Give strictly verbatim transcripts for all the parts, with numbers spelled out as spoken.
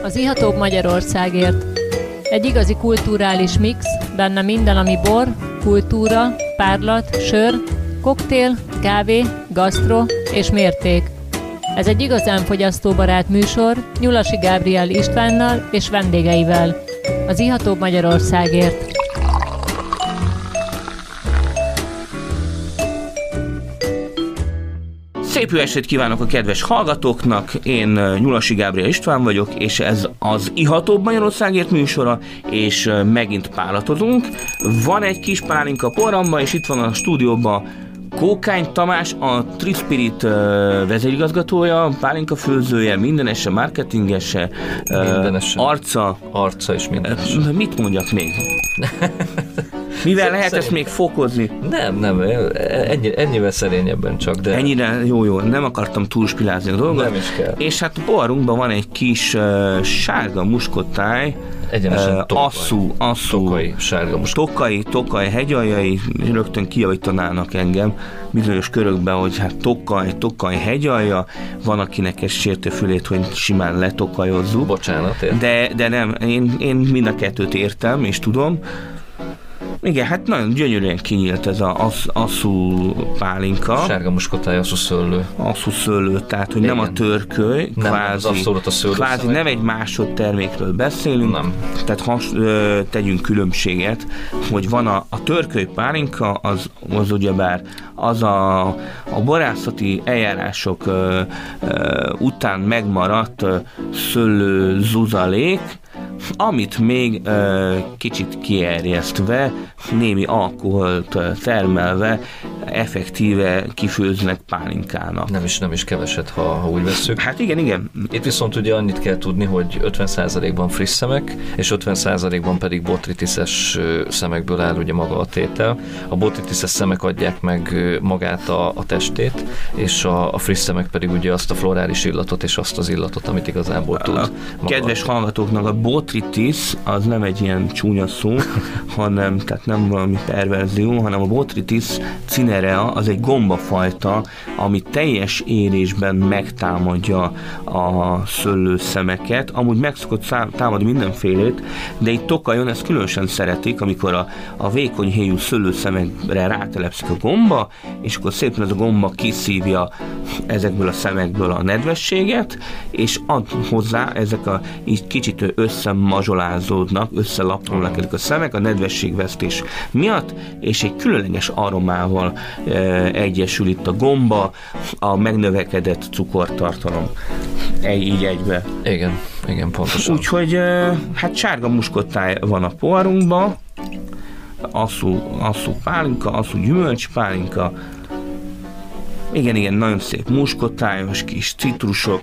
Az ihatóbb Magyarországért. Egy igazi kulturális mix, benne minden, ami bor, kultúra, párlat, sör, koktél, kávé, gasztro és mérték. Ez egy igazán fogyasztóbarát műsor Nyulasi Gábriel Istvánnal és vendégeivel. Az ihatóbb Magyarországért. Szép jó estét kívánok a kedves hallgatóknak, én Nyulasi Gábriel István vagyok, és ez az Ihatóbb Magyarországért műsora, és megint pálatozunk. Van egy kis pálinka porramba, és itt van a stúdióban Kókány Tamás, a Trispirit uh, vezérigazgatója, pálinka főzője, mindenese, marketingese, mindenese. Uh, arca. Arca és mindenese. Uh, mit mondjak még? Mivel lehet Szerint... ezt még fokozni? Nem, nem, ennyi, ennyivel szerényebben csak, de... Ennyire jó, jó, nem akartam túlspilázni a dolgot. Nem is kell. És hát a poharunkban van egy kis uh, sárga muskottáj, egyenesen uh, tokaj. asszú, asszú, Tokai, sárga muskottáj. Tokai, Tokaj hegyaljai, rögtön kijavítanának engem bizonyos körökben, hogy hát Tokaj, Tokaj hegyalja, van akinek ez sértő fülét, hogy simán letokajozzuk. Bocsánat, értem. De, de nem, én, én mind a kettőt értem, és tudom. Igen, hát nagyon gyönyörűen kinyílt ez az assz, asszú pálinka. Sárga muskottáj, asszú szőlő. Asszú szőlő, tehát hogy igen. Nem a törköly, nem, kvázi, abszolút a szőlő kvázi szemek. nem egy másodtermékről beszélünk, nem. Tehát has, ö, tegyünk különbséget, hogy van a, a törköly pálinka, az, az ugyebár az a, a borászati eljárások ö, ö, után megmaradt ö, szőlő zuzalék, amit még ö, kicsit kierjesztve, némi alkoholt termelve, effektíve kifőznek pálinkának. Nem is, nem is keveset, ha, ha úgy vesszük. Hát igen, igen. Itt viszont ugye annyit kell tudni, hogy ötven százalékban friss szemek, és ötven százalékban pedig botrytises szemekből áll ugye maga a tétel. A botrytises szemek adják meg magát a, a testét, és a, a friss szemek pedig ugye azt a florális illatot és azt az illatot, amit igazából tud. A kedves hallgatóknak a botrytis az nem egy ilyen csúnya szó, hanem, tehát nem valami perverzió, hanem a botrytis cinerea az egy gombafajta, ami teljes érésben megtámadja a szőlőszemeket. Amúgy meg szokott támadni mindenfélét, de itt Tokajon ezt különösen szeretik, amikor a, a vékony héjú szőlőszemekre rátelepszik a gomba, és akkor szépen ez a gomba kiszívja ezekből a szemekből a nedvességet, és ad hozzá ezek a így kicsit összemazsolázódnak, összelapolnak ezek a szemek a nedvességvesztés miatt, és egy különleges aromával e, egyesül itt a gomba, a megnövekedett cukortartalom. Egy, így egybe. Igen, igen, pontosan. Úgyhogy e, hát sárga muskottáj van a poharunkban, asszú, asszú pálinka, asszú gyümölcspálinka, igen, igen, nagyon szép muskottályos kis citrusok.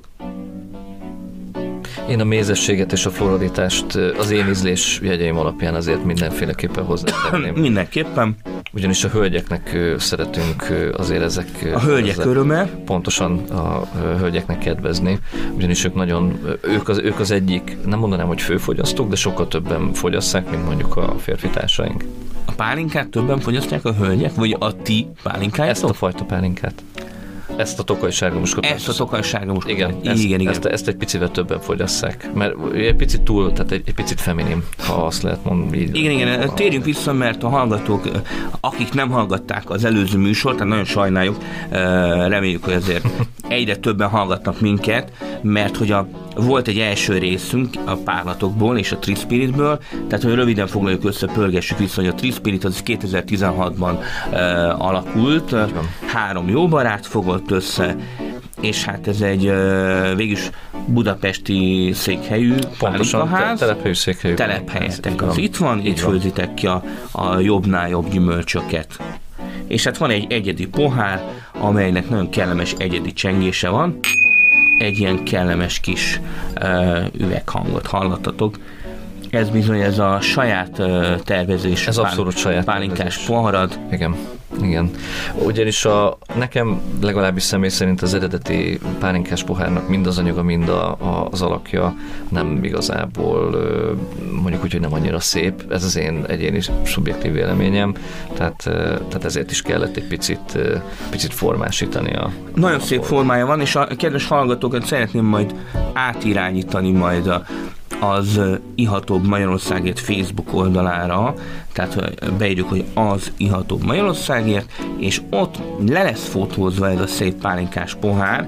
Én a mézességet és a floralitást az én ízlés jegyeim alapján azért mindenféleképpen hozzátenném. Mindenképpen. Ugyanis a hölgyeknek szeretünk azért ezek... A hölgyek ezek, öröme. Pontosan a hölgyeknek kedvezni, ugyanis ők nagyon, ők az, ők az egyik, nem mondanám, hogy főfogyasztók, de sokkal többen fogyasszák, mint mondjuk a férfi társaink. A pálinkát többen fogyasztják a hölgyek, vagy a ti pálinkáitok? Ezt a fajta pálinkát. Ezt a Tokaj sárga muskottájt. Ezt a Tokaj sárga muskottájt. Igen, ezt, igen, igen. Ezt, ezt egy picivel többen fogyasszák, mert egy picit túl, tehát egy, egy picit feminin, ha azt lehet mondani. Így igen, igen, a, térjünk vissza, mert a hallgatók, akik nem hallgatták az előző műsort, tehát nagyon sajnáljuk, reméljük, hogy azért egyre többen hallgatnak minket, mert hogy a, volt egy első részünk a párlatokból és a Trispiritből, tehát hogy röviden foglaljuk össze, pörgessük vissza, hogy a Trispirit az kétezer-tizenhatban uh, alakult, három jó barát fogott össze, és hát ez egy uh, végülis budapesti székhelyű pálinkaház. Telephelyű székhelyű. Telephelyetek az itt van, itt főzitek ki a, a jobbnál jobb gyümölcsöket. És hát van egy egyedi pohár, amelynek nagyon kellemes egyedi csengése van. Egy ilyen kellemes kis uh, üveghangot hallattatok. Ez bizony ez a saját uh, tervezésű ez pál- abszolút saját pálinkás tervezés. poharad. Igen. Igen. Ugyanis a, nekem legalábbis személy szerint az eredeti pálinkás pohárnak mind az anyaga, mind a, a, az alakja nem igazából, mondjuk úgy, hogy nem annyira szép. Ez az én egyéni szubjektív véleményem, tehát, tehát ezért is kellett egy picit, picit formásítani a... Nagyon a szép for... formája van, és a kedves hallgatókat szeretném majd átirányítani majd a az Ihatóbb Magyarországért Facebook oldalára, tehát beírjuk, hogy az Ihatóbb Magyarországért, és ott le lesz fotózva ez a szép pálinkás pohár,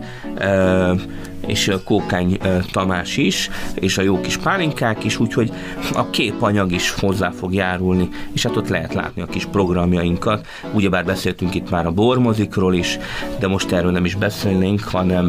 és Kókány Tamás is, és a jó kis pálinkák is, úgyhogy a képanyag is hozzá fog járulni, és hát ott lehet látni a kis programjainkat. Ugyebár beszéltünk itt már a bormozikról is, de most erről nem is beszélnénk, hanem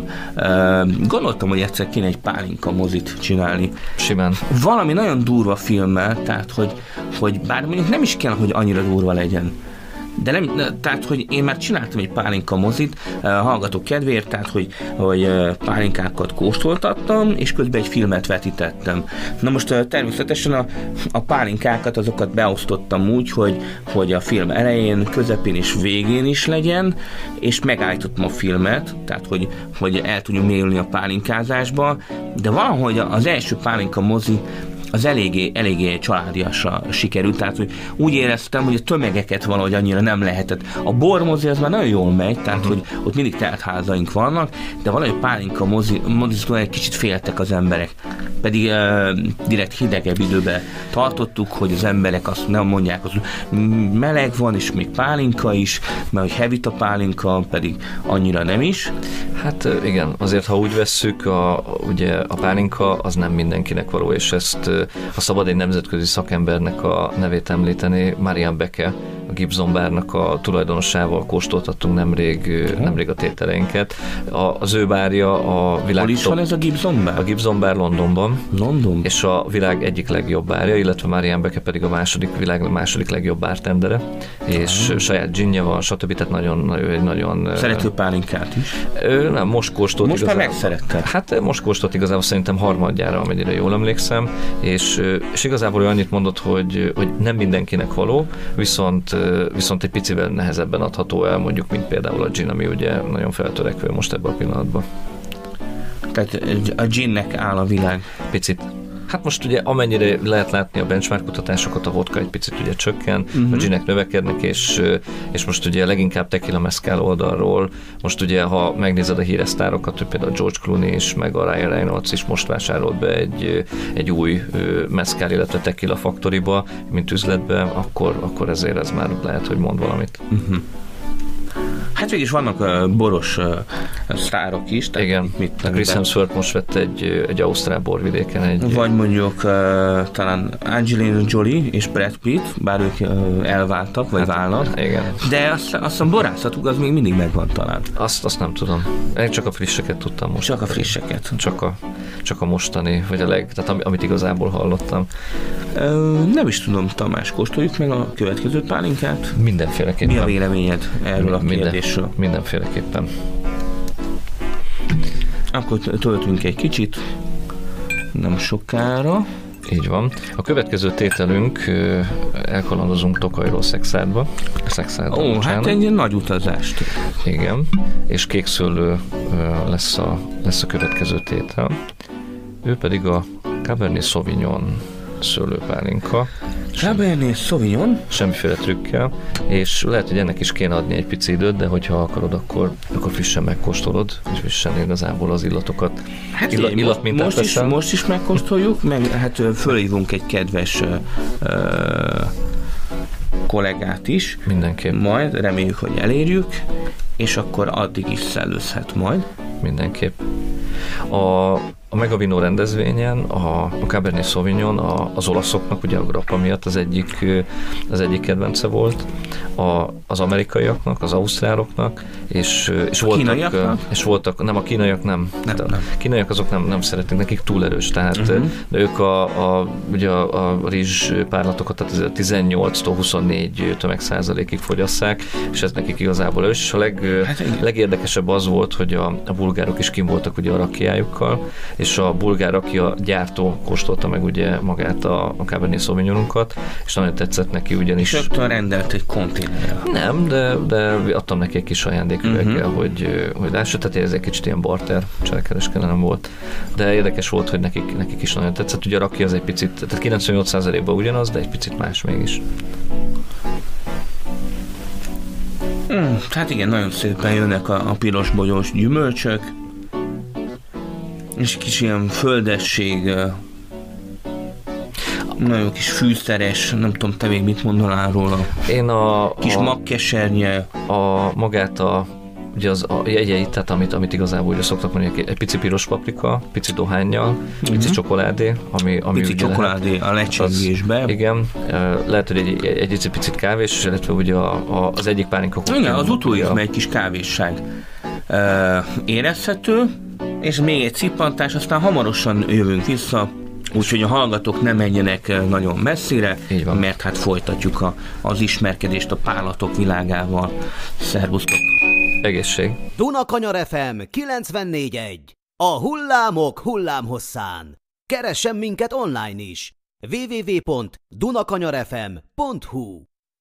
uh, gondoltam, hogy egyszer kéne egy pálinka mozit csinálni. Simán. Valami nagyon durva filmmel, tehát hogy, hogy bár mondjuk nem is kell, hogy annyira durva legyen. De nem, tehát, hogy én már csináltam egy pálinka mozit, hallgatók kedvéért, tehát, hogy, hogy pálinkákat kóstoltattam, és közben egy filmet vetítettem. Na most természetesen a, a pálinkákat, azokat beosztottam úgy, hogy, hogy a film elején, közepén és végén is legyen, és megállítottam a filmet, tehát, hogy, hogy el tudjunk mélyülni a pálinkázásba, de valahogy az első pálinka mozi az eléggé, eléggé családiasra sikerült, tehát hogy úgy éreztem, hogy a tömegeket valahogy annyira nem lehetett. A bormozi az már nagyon jól megy, tehát uh-huh. hogy ott mindig teltházaink vannak, de valahogy pálinka mozi, mozitól egy kicsit féltek az emberek. Pedig uh, direkt hidegebb időben tartottuk, hogy az emberek azt nem mondják, hogy meleg van, és még pálinka is, mert hogy hevit a pálinka, pedig annyira nem is. Hát igen, azért ha úgy vesszük, a, ugye a pálinka az nem mindenkinek való, és ezt ha szabad egy nemzetközi szakembernek a nevét említeni, Marian Beke, a Gibson bárnak a tulajdonosával kóstoltattunk nemrég, uh-huh. nemrég a tételeinket. A, az ő bárja a világ... Hol is top, van ez a Gibson bár? A Gibson bár Londonban. London? És a világ egyik legjobb bárja, illetve Marian Beke pedig a második világ második legjobb bártendere, és uh-huh. saját ginje van, stb. Tehát nagyon, nagyon, nagyon... Szerető pálinkát is? Ő nem, most kóstolt most igazából. Most már megszerette. Hát most kóstolt igazából szerintem harmadjára, amennyire jól emlékszem, és, és igazából ő annyit mondott, hogy, hogy nem mindenkinek való, viszont, viszont egy picivel nehezebben adható el, mondjuk, mint például a gin, ami ugye nagyon feltörekvő most ebben a pillanatban. Tehát a ginnek áll a világ. Picit. Hát most ugye amennyire lehet látni a benchmark kutatásokat, a vodka egy picit ugye csökken, uh-huh. a ginek növekednek, és, és most ugye leginkább tequila mezcal oldalról, most ugye ha megnézed a híres sztárokat, például George Clooney is, meg a Ryan Reynolds is most vásárolt be egy, egy új mezcal, illetve tequila faktoriba, mint üzletbe, akkor, akkor ezért ez már lehet, hogy mond valamit. Uh-huh. Hát végig is vannak uh, boros uh, sztárok is. Igen, mit, a Chris Hemsworth most vett egy, egy ausztrál borvidéken egy... Vagy mondjuk uh, talán Angelina Jolie és Brad Pitt, bár ők uh, elváltak, vagy hát, válnak. Igen. De azt, azt a borászatuk az még mindig megvan talán. Azt, azt nem tudom. Én csak a frisseket tudtam most. Csak a frisseket. Csak a, csak a mostani, vagy a leg... Tehát amit igazából hallottam. Uh, nem is tudom, Tamás, kóstoljuk meg a következő pálinkát? Mindenféleképpen. Mi a véleményed erről a Minden, kérdésről? Mindenféleképpen. Akkor töltünk egy kicsit, nem sokára. Így van. A következő tételünk, elkalandozunk Tokajról Szekszárba. Szekszárba. Ó, hát egy nagy utazást. Igen, és kékszőlő lesz a, lesz a következő tétel. Ő pedig a Cabernet Sauvignon szőlőpálinka. Cabernet Sauvignon? Semmiféle trükkel, és lehet, hogy ennek is kéne adni egy pici időt, de hogyha akarod, akkor, akkor frissen megkóstolod, és frissen igazából az illatokat. Hát Illa, én, illat mo- most, is, most is megkóstoljuk, meg hát fölhívunk egy kedves uh, kollégát is. Mindenképp. Majd reméljük, hogy elérjük, és akkor addig is szellőzhet majd. Mindenképp. A A Megavino rendezvényen a, a Cabernet Sauvignon a, az olaszoknak, ugye a grappa miatt az egyik, az egyik kedvence volt, a, az amerikaiaknak, az ausztráloknak, és, és, voltak, és voltak, nem a kínaiak nem, nem, nem. nem. A kínaiak azok nem, nem szeretnek, nekik túl erős, tehát uh-huh. de ők a, a, ugye a, a rizs párlatokat, tehát tizennyolctól huszonnégy tömegszázalékig fogyasszák, és ez nekik igazából erős, és a leg, hát, legérdekesebb az volt, hogy a, a bulgárok is kim voltak ugye a rakiájukkal, és és a bulgár rakia gyártó kóstolta meg ugye magát a, a Cabernet Sauvignonunkat, és nagyon tetszett neki ugyanis. És rögtön rendelt egy konténerrel. Nem, de, de adtam neki egy kis ajándéküveggel, uh-huh. hogy, hogy lássa, tehát ez egy kicsit ilyen barter cselkereskedelem volt. De érdekes volt, hogy nekik, nekik is nagyon tetszett. Ugye a rakia az egy picit, tehát kilencvennyolc százalékban ugyanaz, de egy picit más mégis. Hmm, hát igen, nagyon szépen jönnek a, a piros-bogyós gyümölcsök, és kis ilyen földesség, nagyon kis fűszeres, nem tudom, te még mit mondanál róla. Én a... Kis a, magkesernye. A magát a... Ugye az a jegyeit, tehát amit, amit igazából ugye szoktak mondani, egy pici piros paprika, pici dohánnyal, pici uh-huh. csokoládé, ami, ami pici csokoládé lehet, a lecsengésbe. Igen, lehet, hogy egy, egy, egy picit kávés, illetve ugye a, a, az egyik pálinka. Igen, az utóízme egy kis kávésság uh, érezhető, és még egy cippantás, aztán hamarosan jövünk vissza, úgyhogy a hallgatók nem menjenek nagyon messzire, mert hát folytatjuk a, az ismerkedést a pálatok világával. Szervusztok! Egészség! Dunakanyar ef em kilencvennégy egy. A hullámok hullámhosszán. Keressen minket online is. double-u double-u double-u pont dunakanyarfm pont hu.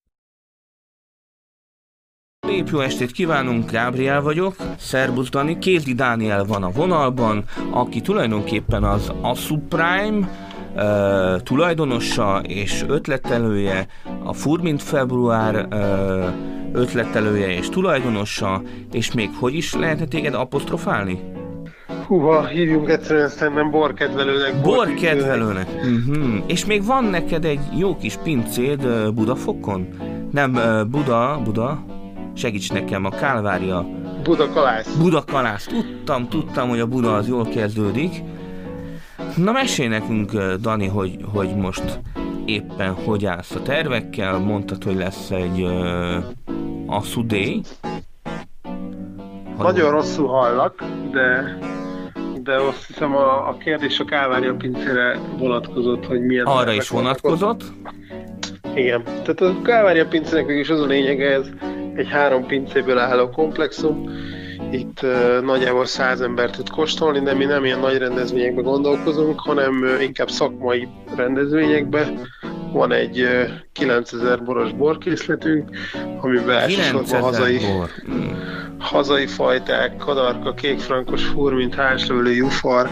Szép jó estét kívánunk, Gábriel vagyok, szervusz Dani, Kézdi Dániel van a vonalban, aki tulajdonképpen az Asuprime uh, tulajdonosa és ötletelője, a Furmint Február uh, ötletelője és tulajdonosa, és még hogy is lehetne téged apostrofálni? Húha, hívjunk egyszerűen szerintem borkedvelőnek. Borkedvelőnek. Uh-huh. És még van neked egy jó kis pincéd uh, Budafokon? Nem, uh, Buda, Buda, segíts nekem, a Kálvária. Budakalász. Budakalász. Tudtam, tudtam, hogy a Buda az jól kezdődik. Na mesélj nekünk, Dani, hogy, hogy most éppen hogy állsz a tervekkel. Mondtad, hogy lesz egy uh, Asu Day. Nagyon rosszul hallak, de, de azt hiszem a, a kérdés a Kálvária pincére vonatkozott, hogy milyen... Arra is vonatkozott? Igen. Tehát a Kálvária pincének is az a lényege, ez egy három pincéből álló komplexum. Itt uh, nagyjából száz ember tud kóstolni, de mi nem ilyen nagy rendezvényekbe gondolkozunk, hanem uh, inkább szakmai rendezvényekbe. Van egy uh, kilencezer boros borkészletünk, amiben elsősorban hazai, hazai fajták, kadarka, kékfrankos furmint, háslövő, jufar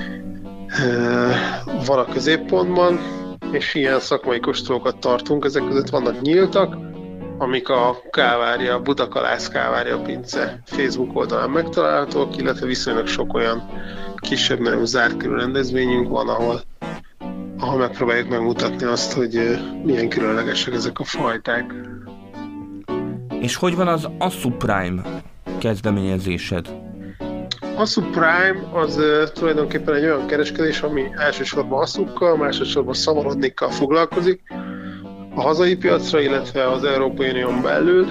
uh, van a középpontban, és ilyen szakmai kóstolókat tartunk. Ezek között vannak nyíltak, amik a Kálvária, Budakalász Kálvária pince Facebook oldalán megtalálhatók, illetve viszonylag sok olyan kisebb-nagyobb zárt körű rendezvényünk van, ahol, ahol megpróbáljuk megmutatni azt, hogy milyen különlegesek ezek a fajták. És hogy van az Asuprime kezdeményezésed? Asuprime az uh, tulajdonképpen egy olyan kereskedés, ami elsősorban asszukkal, másodszorban szamarodnikkal foglalkozik, a hazai piacra, illetve az Európai Unión belül.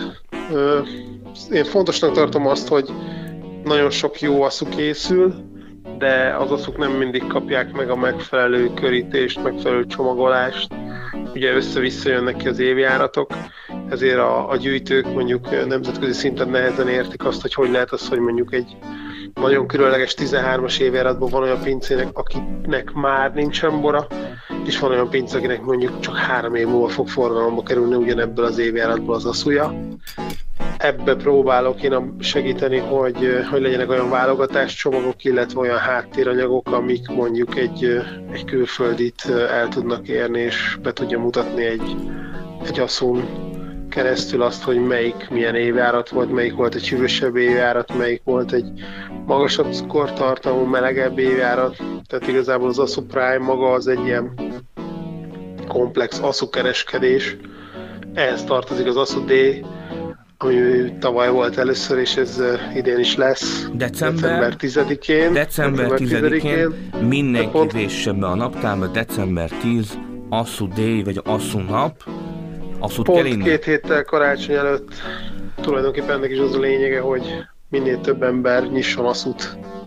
Én fontosnak tartom azt, hogy nagyon sok jó asszú készül, de az asszuk nem mindig kapják meg a megfelelő körítést, megfelelő csomagolást. Ugye össze-vissza jönnek ki az évjáratok, ezért a, a gyűjtők mondjuk nemzetközi szinten nehezen értik azt, hogy hogy lehet az, hogy mondjuk egy nagyon különleges tizenhármas évjáratban van olyan pincének, akinek már nincsen bora, és van olyan pince, akinek mondjuk csak három év múlva fog forgalomba kerülni ugyanebből az évjáratból az asszúja. Ebbe próbálok én segíteni, hogy, hogy legyenek olyan válogatáscsomagok, illetve olyan háttéranyagok, amik mondjuk egy, egy külföldit el tudnak érni, és be tudja mutatni egy, egy asszún keresztül azt, hogy melyik milyen évjárat volt, melyik volt egy hűvösebb évjárat, melyik volt egy magasabb cukortartalmú, melegebb évjárat. Tehát igazából az Asuprime maga az egy ilyen komplex asszúkereskedés. Ehhez tartozik az Asu Day, ami tavaly volt először, és ez idén is lesz. December, december tizedikén. December tizedikén mindenki pont... vésse be a naptárba, december tíz, Asu Day, vagy Asu nap. Asszút Pont kell inni? Két héttel karácsony előtt tulajdonképpen ennek is az a lényege, hogy minél több ember nyisson asszút.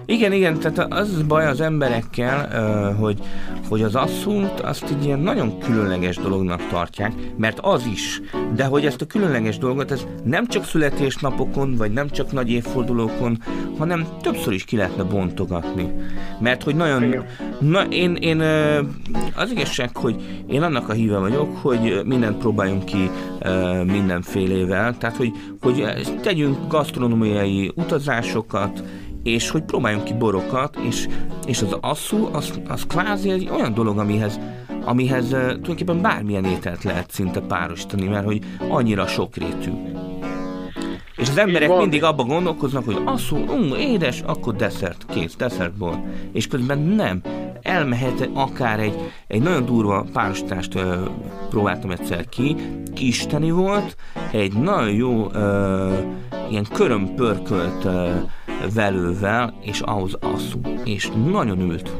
Igen, igen, tehát az baj az emberekkel, hogy, hogy az asszút azt így ilyen nagyon különleges dolognak tartják, mert az is, de hogy ezt a különleges dolgot ez nem csak születésnapokon, vagy nem csak nagy évfordulókon, hanem többször is ki lehetne bontogatni. Mert hogy nagyon... Na, én, én az igazság, hogy én annak a híve vagyok, hogy mindent próbáljunk ki mindenfélével, tehát hogy, hogy tegyünk gasztronómiai utazásokat, és hogy próbáljunk ki borokat, és, és az asszú, az, az kvázi egy olyan dolog, amihez, amihez uh, tulajdonképpen bármilyen ételt lehet szinte párosítani, mert hogy annyira sokrétű. És az emberek mindig abban gondolkoznak, hogy asszú, um, édes, akkor desszert, kész, desszertból. És közben nem. Elmehet akár egy, egy nagyon durva párosítást uh, próbáltam egyszer ki, isteni volt, egy nagyon jó uh, ilyen körömpörkölt uh, velővel, és ahhoz asszú, és nagyon ült.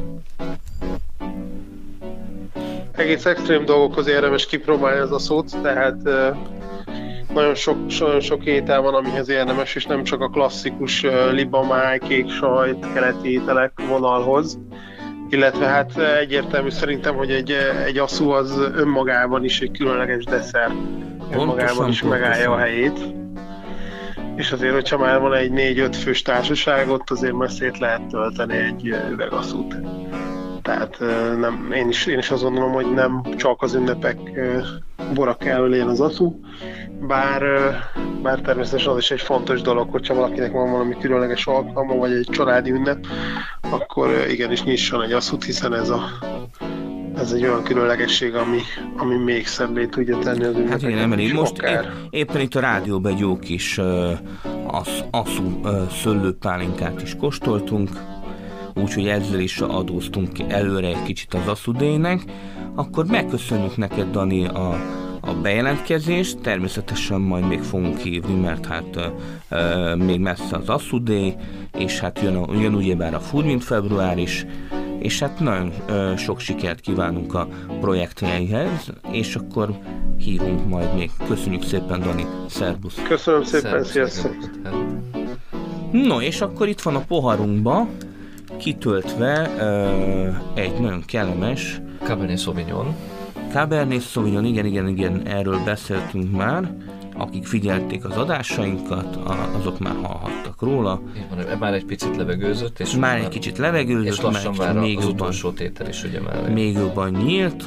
Egész extrém dolgokhoz érdemes kipróbálni az asszút, tehát uh, nagyon sok, nagyon sok étel van, amihez érdemes, és nem csak a klasszikus uh, libamáj, kék sajt, keleti ételek vonalhoz, illetve hát egyértelmű szerintem, hogy egy, egy asszú az önmagában is egy különleges desszert, önmagában is megállja a helyét. És azért, hogyha már van egy négy-öt fős társaság, ott azért messzét lehet tölteni egy üvegasszút. Tehát nem, én, is, én is azt gondolom, hogy nem csak az ünnepek bora kell, hogy legyen az asszú, bár, bár természetesen az is egy fontos dolog, hogyha valakinek van valami különleges alkalma, vagy egy családi ünnep, akkor igenis nyisson egy asszút, hiszen ez a ez egy olyan különlegesség, ami, ami még szebbé tudja tenni az ünnepeket. Hát igen, Emeli, most akár... épp, éppen itt a rádióban egy jó kis uh, asz, asszú uh, szőlőpálinkát is kóstoltunk, úgyhogy ezzel is adóztunk előre egy kicsit az asszudének. Akkor megköszönjük neked, Dani, a, a bejelentkezést, természetesen majd még fogunk hívni, mert hát uh, uh, még messze az asszudé, és hát jön, a, jön ugyebár a Food Mint február is, és hát nagyon ö, sok sikert kívánunk a projektjeihez, és akkor hívunk majd még. Köszönjük szépen, Dani. Szerbusz. Köszönöm szépen, sziasztok. No, és akkor itt van a poharunkba, kitöltve ö, egy nagyon kellemes Cabernet Sauvignon. Cabernet Sauvignon, igen, igen, igen, erről beszéltünk már. Akik figyelték az adásainkat, azok már hallhattak róla. Van, már egy picit levegőzött. És már egy kicsit levegőzött. És lassan vár az jobban, utolsó tétel is ugye mellé. Még jobban nyílt.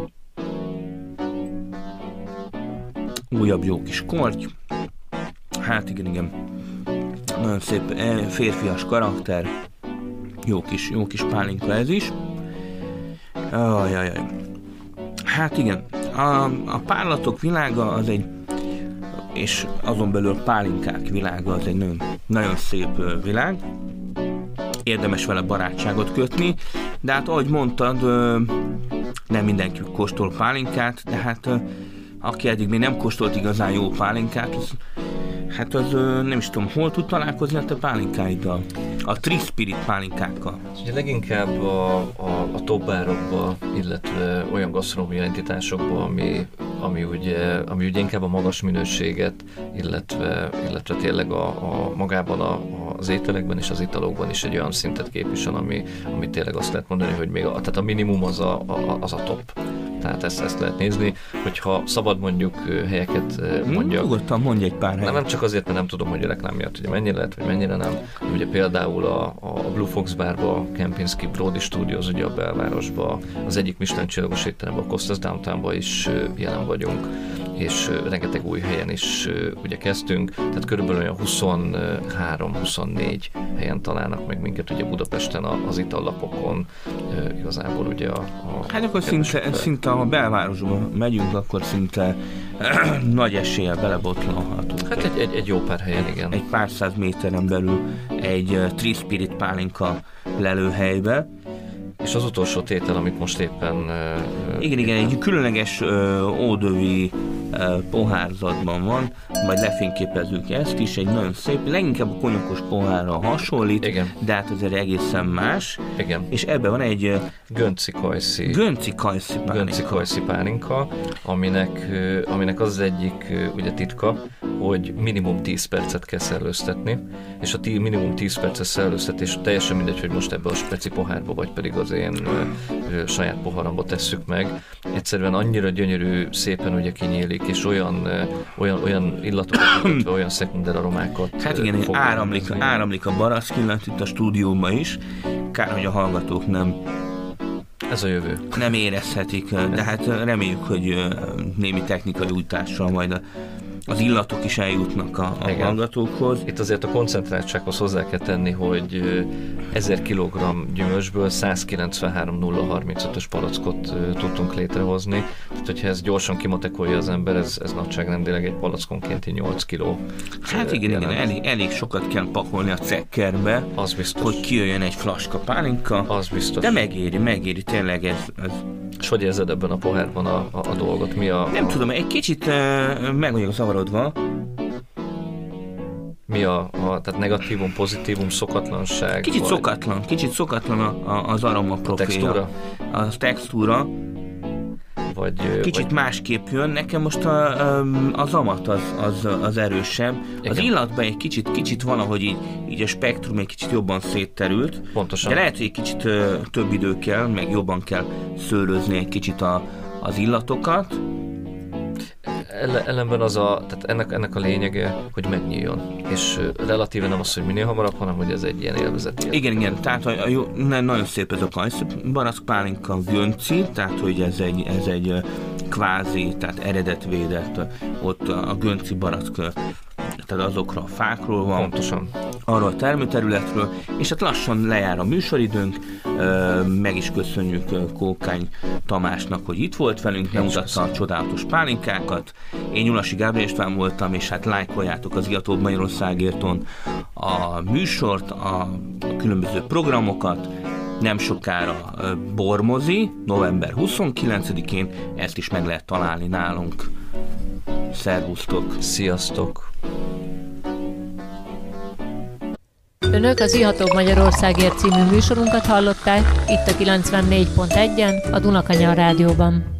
Újabb jó kis korty. Hát igen, igen. Nagyon szép férfias karakter. Jó kis, jó kis pálinka ez is. Ajajaj. Hát igen. A, a párlatok világa az egy, és azon belül a pálinkák világa az egy nagyon, nagyon szép világ. Érdemes vele barátságot kötni, de hát ahogy mondtad, nem mindenki kóstol pálinkát, de hát aki eddig még nem kóstolt igazán jó pálinkát, az, hát az nem is tudom, hol tud találkozni a te pálinkáiddal? A Tri-Spirit pálinkákkal. Ugye leginkább a, a, a top bárokba, illetve olyan gasztronómiai entitásokba, ami, ami, ugye, ami ugye inkább a magas minőséget, illetve, illetve tényleg a, a magában a, az ételekben és az italokban is egy olyan szintet képvisel, ami, ami tényleg azt lehet mondani, hogy még a, tehát a minimum az a, a, az a top. Tehát ezt, ezt lehet nézni, hogyha szabad mondjuk helyeket mondjak. Nyugodtan mondj egy pár helyet. Nem, nem csak azért, mert nem tudom, hogy a reklám miatt, hogy mennyire lehet, vagy mennyire nem. Ugye például a, a Blue Fox Barba, Kempinski Brody Studios, ugye a belvárosba, az egyik Michelin csillagos étteremben, a Costas Downtownban is jelen vagyunk, és rengeteg új helyen is ugye kezdtünk, tehát körülbelül olyan huszonhárom-huszonnégy helyen találnak meg minket ugye Budapesten az itallapokon, igazából ugye a... a hát akkor szinte, szinte a belvárosba megyünk, akkor szinte nagy eséllyel belebotlalhatunk. Hát egy, egy, egy jó pár helyen, igen. Egy pár száz méteren belül egy uh, Tri-Spirit pálinka lelőhelybe. És az utolsó tétel, amit most éppen... Uh, igen, igen, egy különleges uh, ódövi uh, pohárzatban van, majd lefényképezzük ezt is, egy nagyon szép, leginkább a konyakos pohárra hasonlít, igen. de hát azért egészen más. Igen. És ebben van egy uh, Gönci kajszi. Gönci kajszi pálinka. Gönci kajszi pálinka, aminek, uh, aminek az, az egyik uh, ugye titka, hogy minimum tíz percet kell szellőztetni, és a tí, minimum tíz perces szellőztetés teljesen mindegy, hogy most ebbe a speci pohárba, vagy pedig az én ö, ö, saját poharamba tesszük meg. Egyszerűen annyira gyönyörű, szépen ugye kinyílik, és olyan, ö, olyan, olyan illatokat, illetve olyan szekunder aromákat hát igen, áramlik, áramlik a barack illat itt a stúdióban is. Kár, hogy a hallgatók nem Ez a jövő. nem érezhetik, de hát reméljük, hogy némi technikai újítással majd a az illatok is eljutnak a, a hallgatókhoz. Itt azért a koncentráltsághoz hozzá kell tenni, hogy ezer kilogramm gyümölcsből száz kilencvenhárom nulla harmincötös palackot tudtunk létrehozni. Tehát, hogyha ez gyorsan kimatekolja az ember, ez, ez nagyságrendileg egy palackonkénti nyolc kiló. Hát igen, igen elég, elég sokat kell pakolni a cekkerbe, az biztos, hogy kijöjjön egy flaska pálinka. Az biztos. De megéri, megéri, tényleg ez... ez... És hogy érzed ebben a pohárban a, a, a dolgot? Mi a, Nem a... tudom, egy kicsit uh, meg vagyok zavarodva. Mi a, a tehát negatívum, pozitívum, szokatlanság? Kicsit vagy... szokatlan, kicsit szokatlan a, a, az aroma profilja. A textúra? A textúra. Vagy, kicsit vagy... másképp jön, nekem most a, az amat az, az, az erősebb. Igen. Az illatban egy kicsit, kicsit valahogy így, így a spektrum egy kicsit jobban szétterült. Pontosan. De lehet, hogy egy kicsit ö, több idő kell, meg jobban kell szőlőzni egy kicsit a, az illatokat. Ellenben az a, tehát ennek, ennek a lényege, hogy megnyíljon. És relatíve nem az, hogy minél hamarabb, hanem hogy ez egy ilyen élvezeti. Igen, igen, tehát a, a jó, nagyon szép ez a kajszi barack pálinka gönci, tehát hogy ez egy, ez egy kvázi, tehát eredetvédett, ott a gönci barack, tehát azokra a fákról van. Pontosan. Arról a termőterületről, és hát lassan lejár a műsoridőnk, meg is köszönjük Kókány Tamásnak, hogy itt volt velünk, bemutatta a csodálatos pálinkákat. Én Nyulasi Gábor István voltam, és hát lájkoljátok az Iatóbb Magyarországérton a műsort, a különböző programokat. Nem sokára Bormozi, november huszonkilencedikén, ezt is meg lehet találni nálunk. Szervusztok! Sziasztok! Önök az Ihatóbb Magyarországért című műsorunkat hallották, itt a kilencvennégy pont egyen, a Dunakanyar Rádióban.